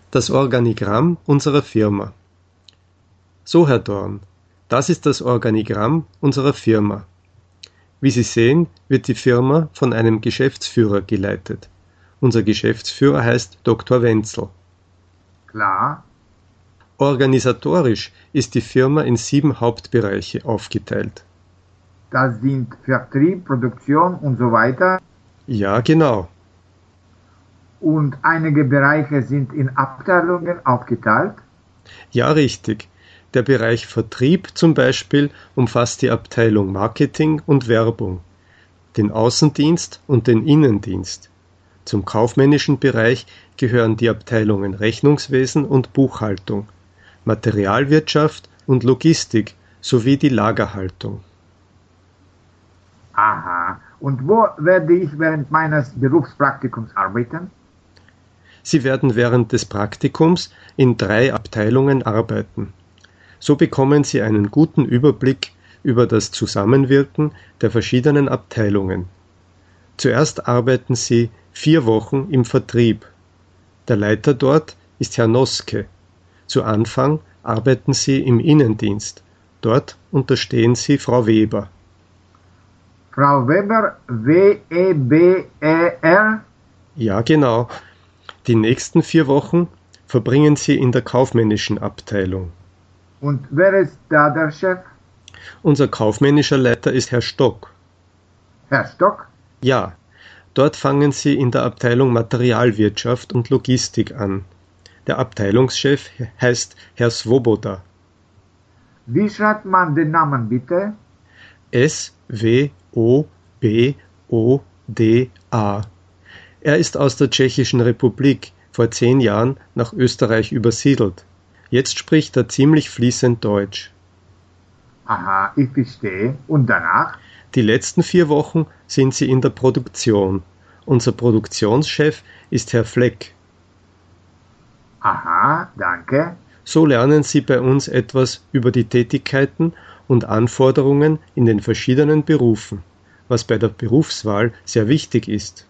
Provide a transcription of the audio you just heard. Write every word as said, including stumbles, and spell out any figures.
Das Organigramm unserer Firma. So, Herr Dorn, das ist das Organigramm unserer Firma. Wie Sie sehen, wird die Firma von einem Geschäftsführer geleitet. Unser Geschäftsführer heißt Doktor Wenzel. Klar. Organisatorisch ist die Firma in sieben Hauptbereiche aufgeteilt. Das sind Vertrieb, Produktion und so weiter. Ja, genau. Und einige Bereiche sind in Abteilungen aufgeteilt. Ja, richtig. Der Bereich Vertrieb zum Beispiel umfasst die Abteilung Marketing und Werbung, den Außendienst und den Innendienst. Zum kaufmännischen Bereich gehören die Abteilungen Rechnungswesen und Buchhaltung, Materialwirtschaft und Logistik sowie die Lagerhaltung. Aha. Und wo werde ich während meines Berufspraktikums arbeiten? Sie werden während des Praktikums in drei Abteilungen arbeiten. So bekommen Sie einen guten Überblick über das Zusammenwirken der verschiedenen Abteilungen. Zuerst arbeiten Sie vier Wochen im Vertrieb. Der Leiter dort ist Herr Noske. Zu Anfang arbeiten Sie im Innendienst. Dort unterstehen Sie Frau Weber. Frau Weber, W E B E R? Ja, genau. Die nächsten vier Wochen verbringen Sie in der kaufmännischen Abteilung. Und wer ist da der Chef? Unser kaufmännischer Leiter ist Herr Stock. Herr Stock? Ja, dort fangen Sie in der Abteilung Materialwirtschaft und Logistik an. Der Abteilungschef heißt Herr Swoboda. Wie schreibt man den Namen bitte? S W O B O D A. Er ist aus der Tschechischen Republik vor zehn Jahren nach Österreich übersiedelt. Jetzt spricht er ziemlich fließend Deutsch. Aha, ich verstehe. Und danach? Die letzten vier Wochen sind sie in der Produktion. Unser Produktionschef ist Herr Fleck. Aha, danke. So lernen Sie bei uns etwas über die Tätigkeiten und Anforderungen in den verschiedenen Berufen, was bei der Berufswahl sehr wichtig ist.